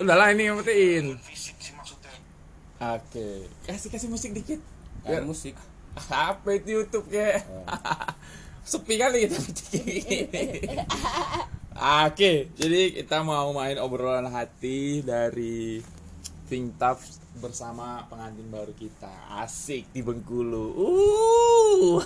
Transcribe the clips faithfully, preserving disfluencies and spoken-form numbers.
Udahlah ini yang penting. Oke, kasih kasih musik dikit. Biar musik. Apa itu YouTube kayak? Oh. Sepi kali kita begini. Oke, jadi kita mau main obrolan hati dari Think Tough bersama pengantin baru kita. Asik di Bengkulu. Uh.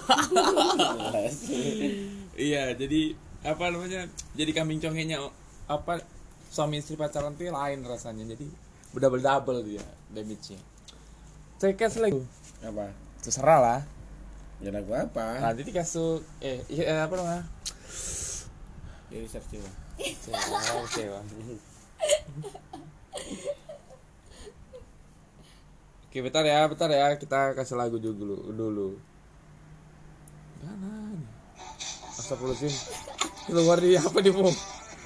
Iya, jadi apa namanya? Jadi kambing congenya apa suami istri pacaran tuh lain rasanya. Jadi double double dia damage-nya. Cekes lagi. Apa? Terserah lah. Ya lagu apa? Nanti dikasih eh iya apa namanya? Jadi search coba. Cewa, cewa. Oke, bentar ya, bentar ya, kita kasih lagu dulu dulu. Mana nih? Astagfirullahaladzim. Keluar di apa di mu?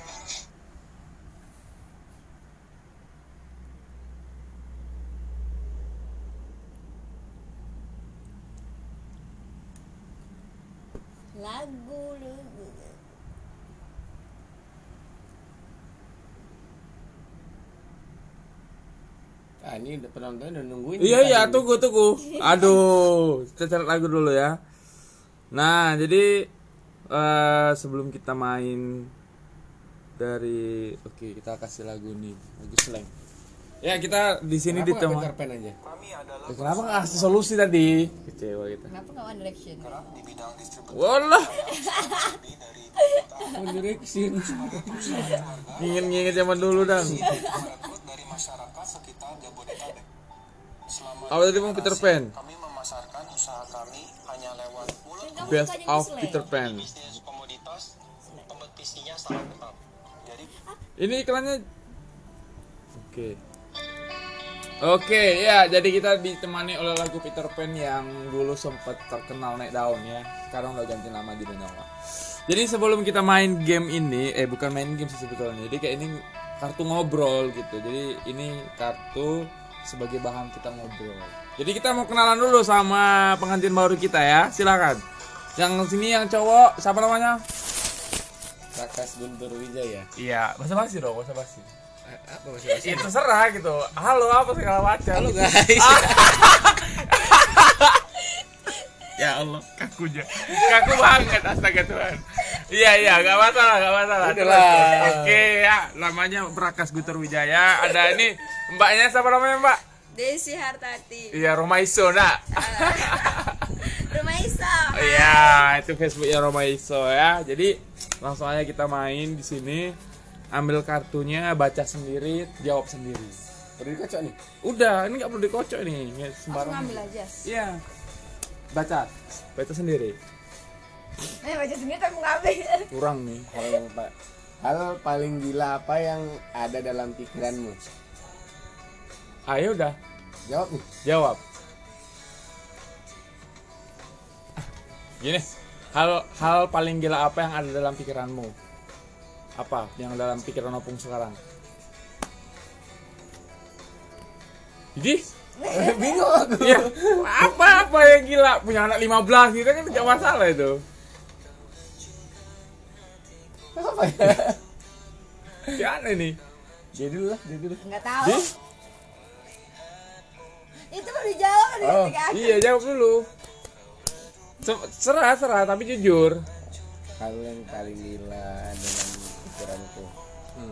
Lagu lu. Ah, ini udah penonton udah nungguin. Iya iya, tunggu tunggu. Aduh, kita cari lagu dulu ya. Nah, jadi uh, sebelum kita main dari oke, okay, kita kasih lagu nih, lagu slang. Ya, kita di sini di tema. Peter Pan aja. Eh, kenapa nggak kasih solusi tadi? Kecewa kita. Kenapa nggak One Direction? Wallah. One Direction. Ngingin-ngingin zaman dulu dong. Apa tadi mau Peter Pan? Kami memasarkan usaha kami hanya lewat mulut. Best of Peter Pan. Bisnis komoditas, kompetisinya sangat ketat. Jadi Ini iklannya. Oke. Oke, ya, jadi kita ditemani oleh lagu Peter Pan yang dulu sempat terkenal naik daun ya. Sekarang udah ganti nama jadi Noah. Jadi sebelum kita main game ini, eh bukan main game sih sebetulnya. Jadi kayak ini kartu ngobrol gitu. Jadi ini kartu sebagai bahan kita ngobrol. Jadi kita mau kenalan dulu sama pengantin baru kita ya. Silakan. Yang sini yang cowok siapa namanya? Rakas Guntur Wijaya. Iya, bahasa basi dong, bahasa basi. Apa maksudnya? Itu terserah gitu. Halo apa segala macam. Halo guys. Ya Allah, kakunya. Kaku banget astaga Tuhan. Iya iya, enggak masalah, enggak masalah. Udahlah. Oke ya, namanya Prakas Guntur Wijaya. Ada ini mbaknya siapa namanya, Mbak? Desi Hartati. Iya, Romaiso, nak. Rumaiso. Iya, itu Facebooknya Romaiso ya. Jadi langsung aja kita main di sini. Ambil kartunya, baca sendiri, jawab sendiri. Perlu dikocok nih. Udah, ini nggak perlu dikocok nih, nggak Langsung sembarang. ambil aja. Iya. Baca, baca sendiri. Eh baca sendiri aku ngambil. Kurang nih. Hal yang pak. Hal paling gila apa yang ada dalam pikiranmu? Ayo udah, Jawab nih. jawab. Gini, hal hal paling gila apa yang ada dalam pikiranmu? Apa yang dalam pikiran Opung sekarang? Jadi, Bingung aku. ya apa apa yang gila? Punya anak lima belas gitu kan nggak masalah itu. Apa ya? Si aneh nih. Dia dulu lah, dia dulu. Enggak tahu. Di? Itu baru dijawab di Oh, ketika aku. Iya, jawab dulu. Se- Serah, serah, tapi jujur. Hal yang paling gila dalam pikiranku. Hmm.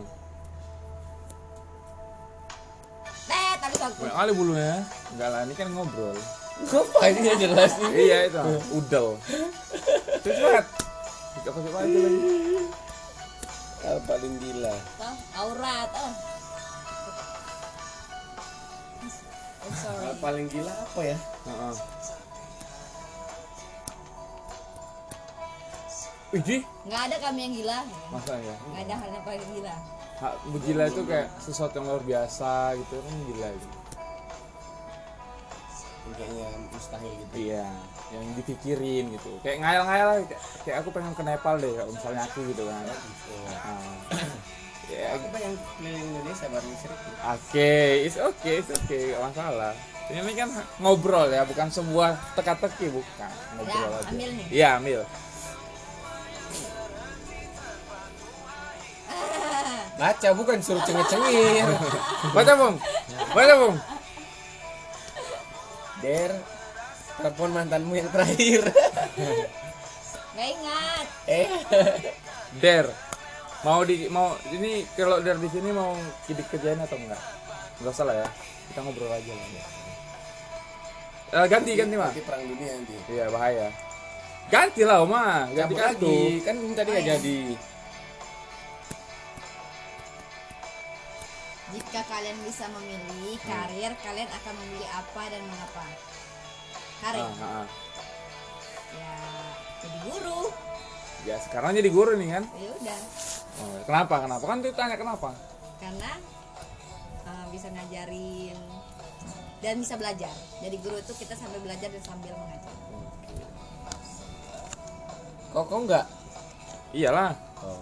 Eh, tapi aku. Banyak kali bulunya. Enggak lah, ini kan ngobrol. Apa ini yang jelas nih? Iya itu. Udel. Cepat. Kita kasih aja lagi. Hal paling gila. Oh, aurat. Oh. Oh, sorry. Hal paling gila apa ya? Heeh. Wih, Nggak ada kami yang gila. masa ya? Nggak ada hal yang paling gila. Hak gila itu kayak sesuatu yang luar biasa gitu kan gila gitu. Kayaknya mustahil gitu. Iya, yang dipikirin gitu. Kayak ngayal-ngayal kayak, kayak aku pengen ke Nepal deh kalau misalnya aku gitu kan. Gitu. Nah, ya, Aku pengen keliling Indonesia bareng istri. oke, it's okay, it's okay, gak masalah. Ini kan ngobrol ya, bukan sebuah teka-teki, bukan. Ngobrol Ya, aja. ambil nih. Iya, ambil. Baca bukan suruh cengir-cengir. Baca, Bung. Baca, Bung. Der, telepon mantanmu yang terakhir. Gak ingat. eh, Der. Mau di mau ini kalau Der di sini mau dikerjain atau enggak? Enggak usah lah ya. Kita ngobrol aja lah. Eh, ganti ganti mah. nanti perang dunia nanti. Iya, bahaya. Ganti lah, Oma. Ganti Cabut kartu. lagi, kan tadi nggak Oh, iya. jadi. Jika kalian bisa memilih karir, kalian akan memilih apa dan mengapa? Karir. Ah, ah, ah. Ya, jadi guru. Ya, sekarang jadi guru nih kan. Ya udah. Oh, kenapa? Kenapa? Kan tuh tanya kenapa? Karena uh, bisa ngajarin dan bisa belajar. Jadi guru itu kita sambil belajar dan sambil mengajar. Kok kok enggak? Iyalah. Oh.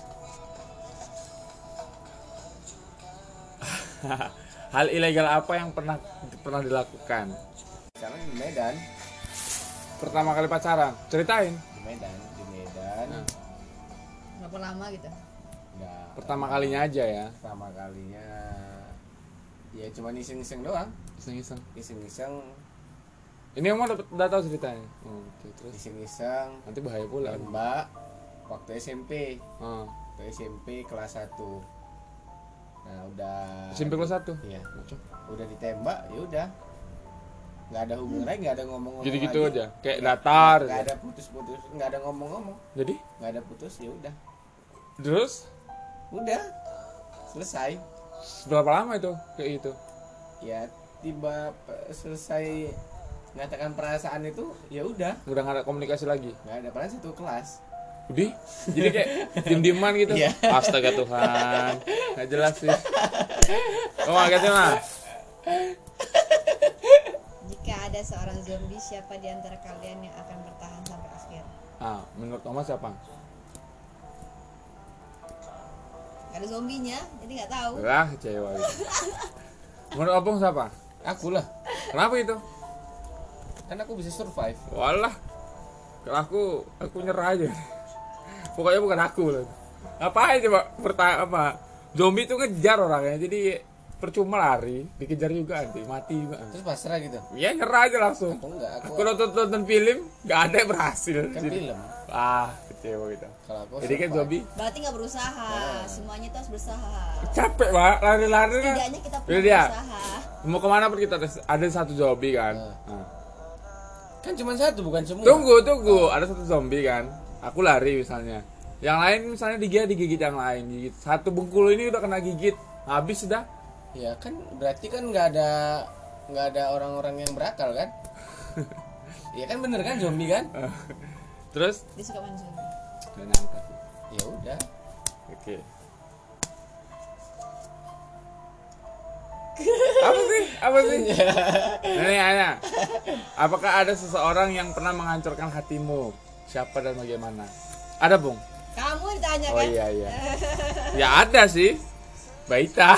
Hal ilegal apa yang pernah pernah dilakukan? Sekarang di Medan, Pertama kali pacaran, ceritain. di Medan, di Medan. Nah. Berapa lama gitu? Nggak, Pertama kalinya aja ya. pertama kalinya ya cuma iseng-iseng doang, Iseng-iseng. iseng-iseng, Ini emang udah, udah tahu ceritanya. Oh, oke, terus iseng-iseng. nanti bahaya pula. Mbak, waktu S M P, Oh, waktu S M P kelas satu. Nah udah. S M P kelas satu. Iya. Macam. Udah ditembak, ya udah. Nggak ada hubungan lagi, nggak ada ngomong-ngomong. Jadi gitu lagi. aja, kayak Nggak- datar. Nggak ada putus-putus, nggak ada ngomong-ngomong, Jadi, nggak ada putus, ya udah. terus Udah selesai. berapa lama itu kayak gitu? Ya tiba pe- selesai mengatakan perasaan itu, ya udah. Udah nggak ada komunikasi lagi. Nggak ada, padahal satu kelas. Udah, jadi kayak diem-dieman gitu. Iya. Astaga Tuhan, nggak jelas sih. Oh, gitu mah. Jika ada seorang zombie, siapa di antara kalian yang akan bertahan sampai akhir? Ah, menurut Thomas siapa? Gak ada zombinya, jadi nggak tahu. Lah, kecewa gitu. Menurut Opung siapa? Aku lah, Kenapa itu? kan aku bisa survive. Walah, kalau aku aku nyerah aja. Pokoknya bukan aku lah. Apa aja pak? Pertanyaan apa? Zombie itu ngejar orangnya, jadi percuma lari, dikejar juga nanti, mati juga. Terus pasrah gitu. Ya nyerah aja langsung. Aku enggak, aku Aku nonton nonton film, nggak ada yang berhasil. kan Jadi, film. ah, kecewa gitu. Kalau aku Jadi kan survive. zombie Berarti nggak berusaha, semuanya itu harus berusaha. capek pak, lari-lari. kan. Setidaknya kita Ini perlu dia. berusaha. Mau kemana pun kita ada- ada satu zombie kan. Ah. Nah. Kan cuma satu, bukan semua. Tunggu, tunggu. Ada satu zombie kan. Aku lari misalnya. Yang lain misalnya dia digigit yang lain. Gigit. Satu Bengkulu ini udah kena gigit. Habis sudah. Ya kan berarti kan nggak ada nggak ada orang-orang yang berakal kan? Iya kan bener kan zombie kan? Terus Dia suka main zombie. gak nyangka. Ya udah. Oke. Apa sih? Apa sih? Ini Anya. Apakah ada seseorang yang pernah menghancurkan hatimu? Siapa dan bagaimana? Ada, Bung? Kamu yang ditanya Oh kan? iya iya. Ya ada sih. Baita.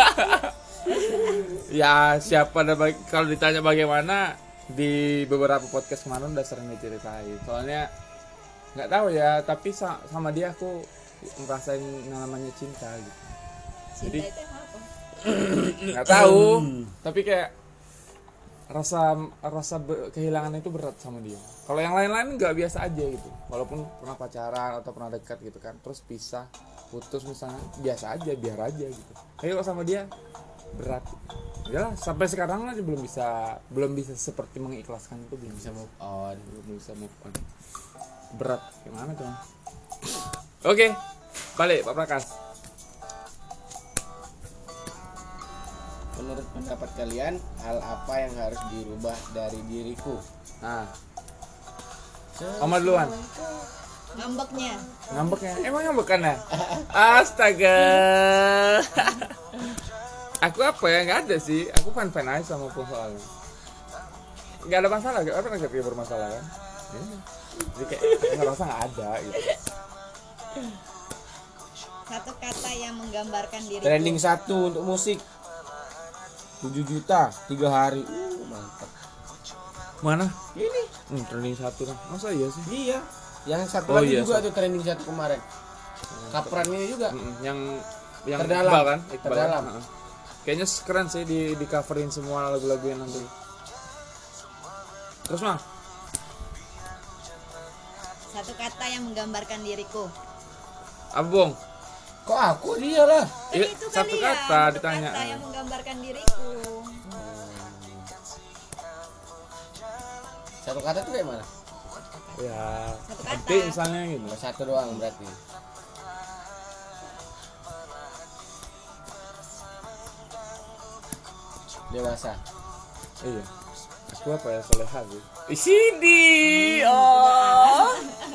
Ya siapa dan bag- kalau ditanya bagaimana di beberapa podcast kemarin udah sering diceritain. Soalnya nggak tahu ya, tapi sa- sama dia aku ngerasain yang namanya cinta gitu. Cinta Jadi- itu yang apa? Nggak tahu, tapi kayak rasa rasa be- kehilangan itu berat sama dia. Kalau yang lain-lain nggak biasa aja gitu. Walaupun pernah pacaran atau pernah dekat gitu kan, terus pisah, putus misalnya, biasa aja, biar aja gitu. Tapi kalau sama dia berat. Ya sampai sekarang aja belum bisa belum bisa seperti mengikhlaskan itu, belum bisa move on, belum bisa move on. Berat gimana tuh? Oke, balik Pak Prakas. Menurut pendapat kalian, hal apa yang harus dirubah dari diriku? Nah, Oma duluan. Ngambeknya. Ngambeknya, emang ngambekan ya? Astaga. Aku apa ya, nggak ada sih. Aku fan fan aja sama Opung soalnya. Nggak ada masalah, nggak pernah kita bermasalah kan? Ini. Jadi kayak aku ngerasa nggak ada gitu. Satu kata yang menggambarkan diriku. Trending satu untuk musik. tujuh juta tiga hari. Uh, mantap. Mana? Ini. Hmm, trending satu kan? Masa iya sih? Iya. Yang satu Oh, lagi iya, juga satu. tuh trending satu kemarin. Kaprannya juga. Mm, yang yang Terdalam. Iqbal kan? Iqbal Terdalam. Kan? Heeh. Kayaknya keren sih di di coverin semua lagu-lagu yang nanti. Terus mah? Satu kata yang menggambarkan diriku. Apa Bong? Kok aku dia lah? Kan Iya, itu satu kali ya, kata satu ditanya. kata yang menggambarkan diriku. Satu kata tuh kayak mana? Ya, Satu kata. nanti misalnya gitu. Oh, satu doang berarti. Dewasa. Iya. Aku apa ya, soleha sih. Isidi. Oh.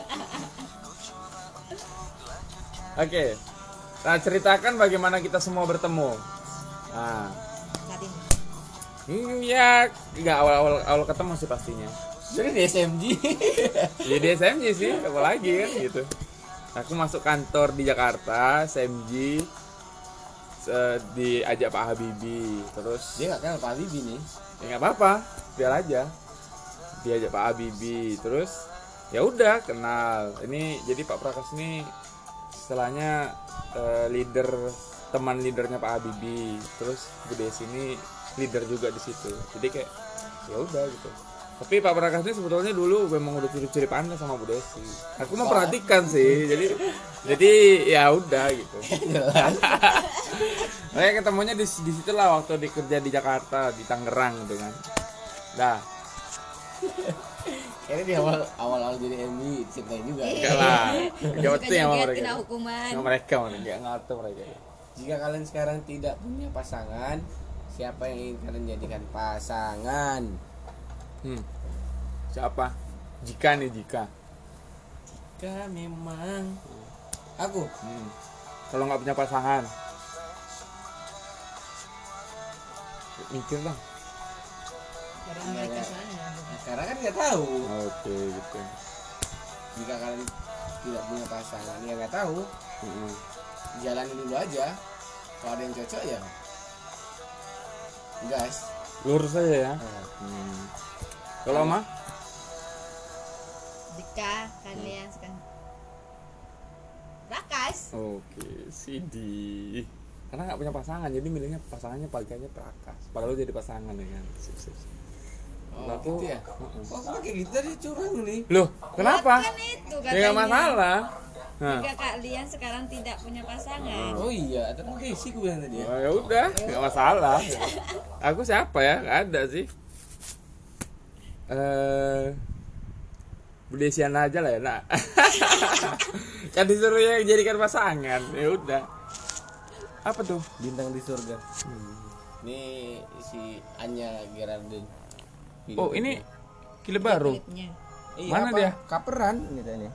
Oke. Nah, ceritakan bagaimana kita semua bertemu. Nah, Saat ini. hmm, ya nggak awal-awal awal ketemu sih pastinya. Jadi di S M G. Ya di S M G sih, apa lagi kan gitu. Aku masuk kantor di Jakarta, S M G, se- diajak Pak Habibie, terus Dia nggak kenal Pak Habibie nih. ya nggak apa-apa, biar aja. Diajak Pak Habibie, terus ya udah kenal. Ini jadi Pak Prakas ini istilahnya eh, leader, teman leadernya Pak Habibie, terus Bu Desi ini leader juga di situ. Jadi kayak ya udah gitu. Tapi Pak Prakas ini sebetulnya dulu memang udah curi-curi pandang sama Bu Desi. Aku memperhatikan sih, jadi jadi ya udah gitu. Makanya ketemunya di di situ lah waktu di kerja di Jakarta, di Tangerang gitu kan. Dah, Kayaknya di awal awal awal jadi M V ceritain juga. enggak lah. Enggak Suka betul sama joget, mereka. kena hukuman. Sama mereka mana enggak ngerti mereka. Jika kalian sekarang tidak punya pasangan, siapa yang ingin kalian jadikan pasangan? Hmm. Siapa? Jika nih Jika. Jika memang aku Hmm. Kalau nggak punya pasangan, mikir bang. Dari mereka sana. Nah, karena kan nggak tahu. Oke gitu. Jika kalian tidak punya pasangan, ya nggak tahu. Mm-mm. Jalanin dulu aja. Kalau ada yang cocok ya gas. Lurus aja ya. Nah, Hmm. Kalau mah? Jika kalian sekarang Rakas. Oke, Sidi. Karena nggak punya pasangan, jadi milihnya pasangannya paganya Prakas. Padahal jadi pasangan ya kan. Sip, sip, sip. oh, Aku- gitu ya. Mm-mm. Oh, aku pakai gitar dia curang nih. Loh, kenapa? Kan itu Ya nggak masalah. Nah. Jika kalian sekarang tidak punya pasangan. Oh iya, atau mungkin sih gue bilang tadi ya. Oh, ya udah, nggak masalah. Aku siapa ya? Nggak ada sih. Eh, Bu Desiana aja lah ya, nak. Kan disuruh yang jadikan pasangan. Ya udah. Apa tuh? Bintang di surga. Ini si Anya Geraldine. Oh, ini klip baru. Klipnya. Iya, Mana apa? dia? Kaperan gitu ini.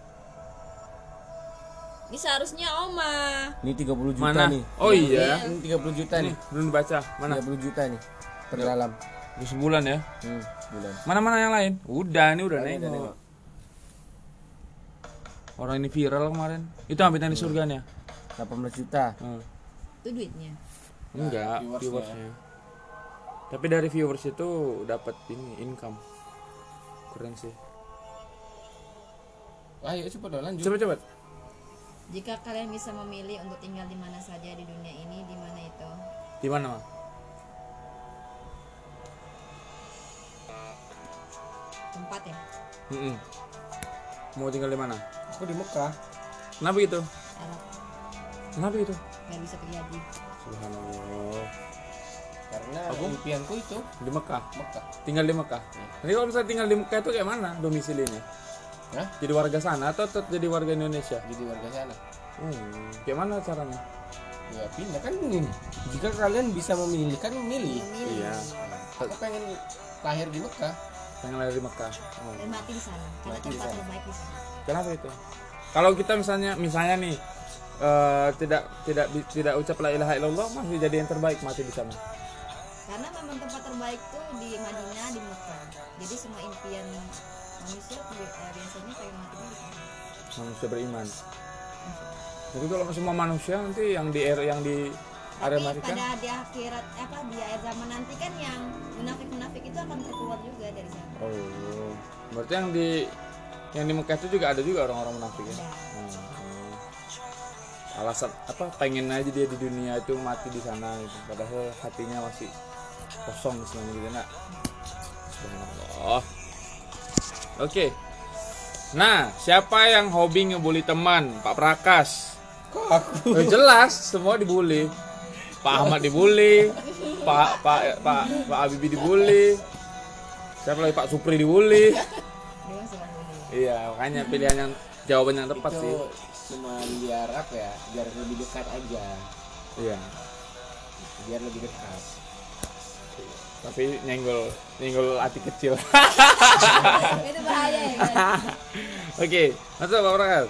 Ini seharusnya Oma. Ini tiga puluh juta Mana? nih. Oh iya. Ini tiga puluh juta Nih, nih. belum baca. Mana? tiga puluh juta nih. Per dalam. Udah sebulan ya. Hmm, bulan. Mana-mana yang lain? Udah, ini udah Oh, ini udah nengok. nengok. Orang ini viral kemarin. Itu Bintang di Surganya. delapan belas juta. Hmm. Itu duitnya. Enggak, viewersnya. viewersnya. Tapi dari viewers itu dapat ini income. Keren sih. Ayo coba dong lanjut. Coba coba. Jika kalian bisa memilih untuk tinggal di mana saja di dunia ini, di mana itu? Di mana, Mang? Tempat ya? Mm-mm. Mau tinggal di mana? Aku di Mekah. Kenapa gitu? Arab. Kenapa gitu? Biar bisa pergi haji. Subhanallah. Karena Aku? impianku itu Di Mekah. Mekah. Tinggal di Mekah. Nanti kalau misalnya tinggal di Mekah itu kayak mana domisilinya? Hah? Jadi warga sana atau tetap jadi warga Indonesia? Jadi warga sana. Hmm. Kayak mana caranya? Ya pindah kan ini. Jika kalian bisa memilih kan memilih. Memilih. Iya. Aku pengen lahir di Mekah. Pengen lahir di Mekah. Oh. Dan mati di sana. Karena Mati di tempat sana. terbaik di sana. Kenapa itu? Kalau kita misalnya misalnya nih eh, tidak tidak bi- tidak ucap la ilaha illallah masih jadi yang terbaik mati di sana. Karena memang tempat terbaik tuh di Madinah, di Mekah. Jadi semua impian manusia tuh bi- eh, biasanya pengen matinya di sana. Manusia beriman. Jadi kalau semua manusia nanti yang di er- yang di area Tapi mati kan pada di akhirat apa di akhir zaman nanti kan yang munafik-munafik itu akan terkeluar juga dari sana. oh berarti yang di yang di Mekah itu juga ada juga orang-orang munafik ya. Ada. Hmm. alasan apa pengen aja dia di dunia itu mati di sana gitu. Padahal hatinya masih kosong sebenarnya gitu nak. Subhanallah. Oke. Nah, siapa yang hobi ngebully teman? Pak Prakas. Kok aku? Eh, jelas semua dibully. Pak Ahmad dibully, Pak Pak Pak Pak Habibie dibully. Siapa lagi, Pak Supri dibully. Dia masih ngomong. Iya, makanya pilihan yang jawaban yang tepat Itu sih. cuma biar apa ya? Biar lebih dekat aja. Iya. Biar lebih dekat. Tapi nyenggol nyenggol hati kecil. Itu bahaya ya kan. Oke, masuk Pak Prakas.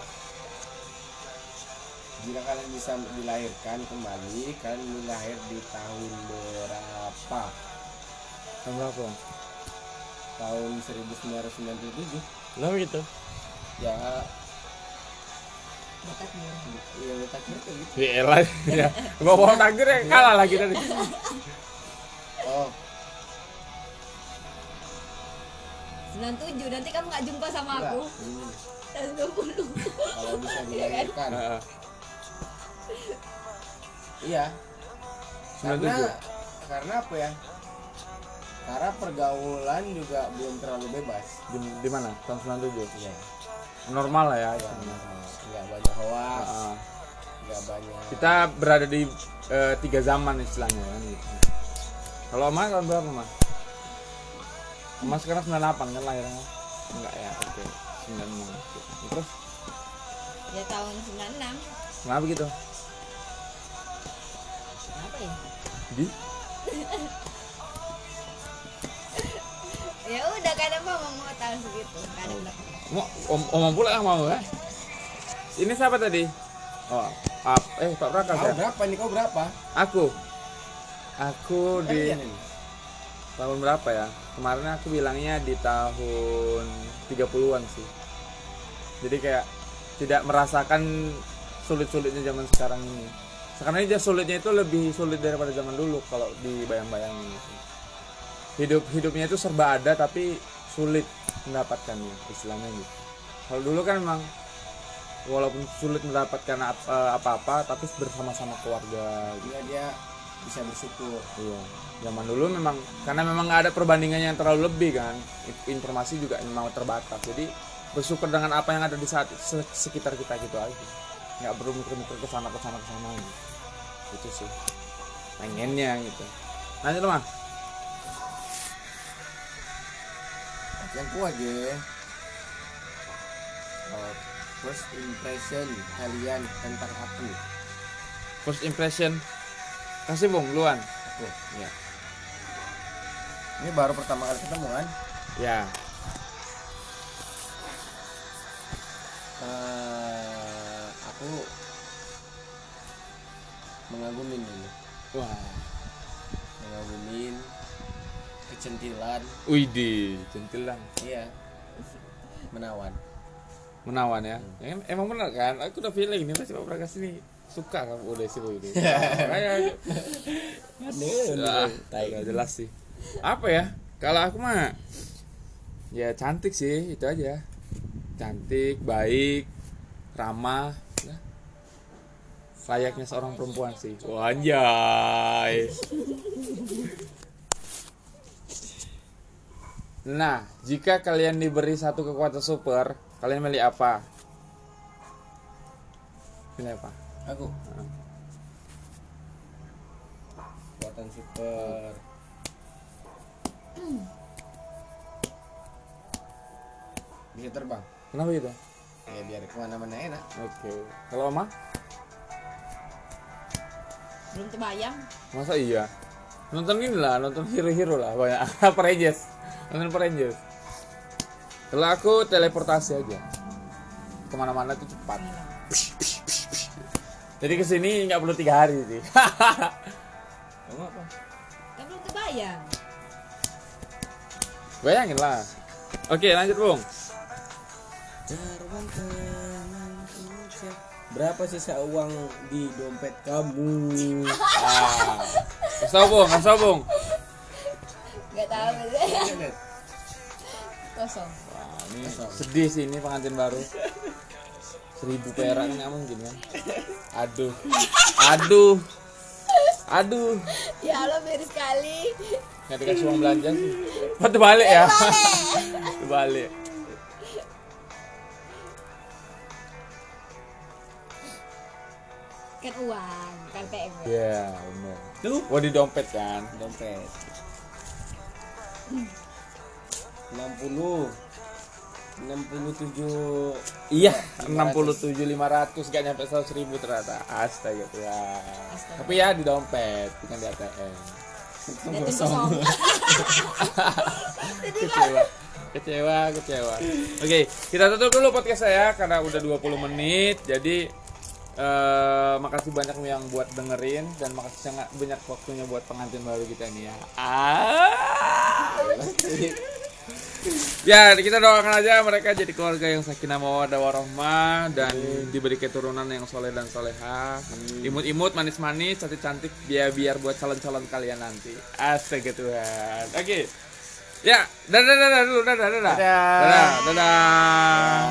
Jika kalian bisa dilahirkan kembali, kalian ingin lahir di tahun berapa? Tahun berapa? Tahun seribu sembilan ratus sembilan puluh tujuh. Kenapa gitu? Ya, Takdir. iya takdir kayak gitu. Ya elah, ya. Gua bohong takdir ya kalah lagi tadi. Oh, sembilan puluh tujuh nanti kamu nggak jumpa sama enggak. aku. Ini, Tahun dua puluh. kalau bisa dilahirkan. Heeh. Iya. sembilan puluh Karena tujuh. karena apa ya? Karena pergaulan juga belum terlalu bebas. Di, di mana? Tahun sembilan puluh tujuh. Iya. Normal lah ya. Ya, Ya. nggak banyak hoax, Heeh. nggak banyak. Kita berada di eh, tiga zaman istilahnya kan gitu. Kalau Mas tahun berapa Mas? Mas sekarang sembilan puluh delapan kan lahirnya? Enggak ya, oke. sembilan puluh enam. Terus Ya tahun sembilan puluh enam. kenapa gitu? Apa ya? Di? Ya udah kadang mau mau tahun segitu. Kadang dapat. Mau om om pula yang mau ya? Ini siapa tadi? Oh, ap, eh Pak Prakas Kau ya? berapa nih? Kau berapa? Aku. Aku di Kalian ini? tahun berapa ya? Kemarin aku bilangnya di tahun tiga puluhan sih. Jadi kayak tidak merasakan sulit-sulitnya zaman sekarang ini. Sekarang ini dia sulitnya itu lebih sulit daripada zaman dulu kalau dibayang-bayangin gitu. Hidup hidupnya itu serba ada tapi sulit mendapatkannya istilahnya gitu. Kalau dulu kan memang walaupun sulit mendapatkan ap- apa-apa tapi bersama-sama keluarga gitu. Dia dia bisa bersyukur. Iya. Zaman dulu memang karena memang nggak ada perbandingannya yang terlalu lebih kan. Informasi juga memang terbatas. Jadi bersyukur dengan apa yang ada di saat se- sekitar kita gitu aja. Nggak perlu mikir-mikir ke sana ke sana ke sana gitu. Itu sih. Pengennya gitu. Lanjut mah. Yang kuat ya. Oh, first impression kalian tentang aku. First impression. Kasih Bung duluan. Aku. Ya. Ini baru pertama kali ketemu kan? Ya. Eh, aku mengagumin ini, Wah. mengagumin kecentilan, Widih, centilan. iya, menawan. Menawan ya. Em- Emang benar kan? Aku udah feeling nih pasti Pak Prakas ini suka kamu udah sih udah. Kayak Ah, udah jelas sih. Apa ya? Kalau aku mah ya cantik sih, itu aja. Cantik, baik, ramah, ya. Layaknya seorang perempuan sih. Wah, anjay. Nah, jika kalian diberi satu kekuatan super, kalian milih apa? Pilih apa? Aku kekuatan super. Bisa terbang. Kenapa gitu? Ya biar kemana-mana enak. Oke. Kalau Oma? Belum terbayang. Masa iya? Nonton ini lah, nonton hero-hero lah banyak. Power Rangers. Nonton Power Rangers. Kalau aku teleportasi aja. Kemana-mana tuh cepat. Jadi kesini nggak perlu tiga hari sih. Kamu apa? Kan belum terbayang. Bayangin lah. Oke, lanjut Bung. Berapa sisa uang di dompet kamu? Ah. Kasih Bung, kasih Bung. Gak tahu. Kosong. Wah, ini sedih sih ini pengantin baru. Seribu perak kan nggak mungkin kan. Aduh, aduh, aduh. Ya Allah miris sekali. Nggak dikasih uang belanja sih. Oh, terbalik ya. Terbalik. Kan uang, kan P M. Iya, benar. Tuh, Oh, di dompet kan. dompet. enam puluh enam puluh tujuh Iya, enam puluh tujuh lima ratus gak nyampe seratus ribu ternyata. Astaga Tuhan. Astaga. Tapi ya di dompet, bukan di A T M. Dan kosong. Kecewa. Kecewa, kecewa. Oke, kita tutup dulu podcast saya karena udah dua puluh menit. Jadi eh makasih banyak yang buat dengerin dan makasih sangat banyak waktunya buat pengantin baru kita nih ya. Ah. Ya, kita doakan aja mereka jadi keluarga yang sakinah mawaddah warahmah dan diberi keturunan yang soleh dan soleha, imut-imut, manis-manis, cantik-cantik, biar biar buat calon-calon kalian nanti. Astaga Tuhan. Oke. Ya, dadah dadah dulu, dadah dadah. Dadah. Dadah, dadah.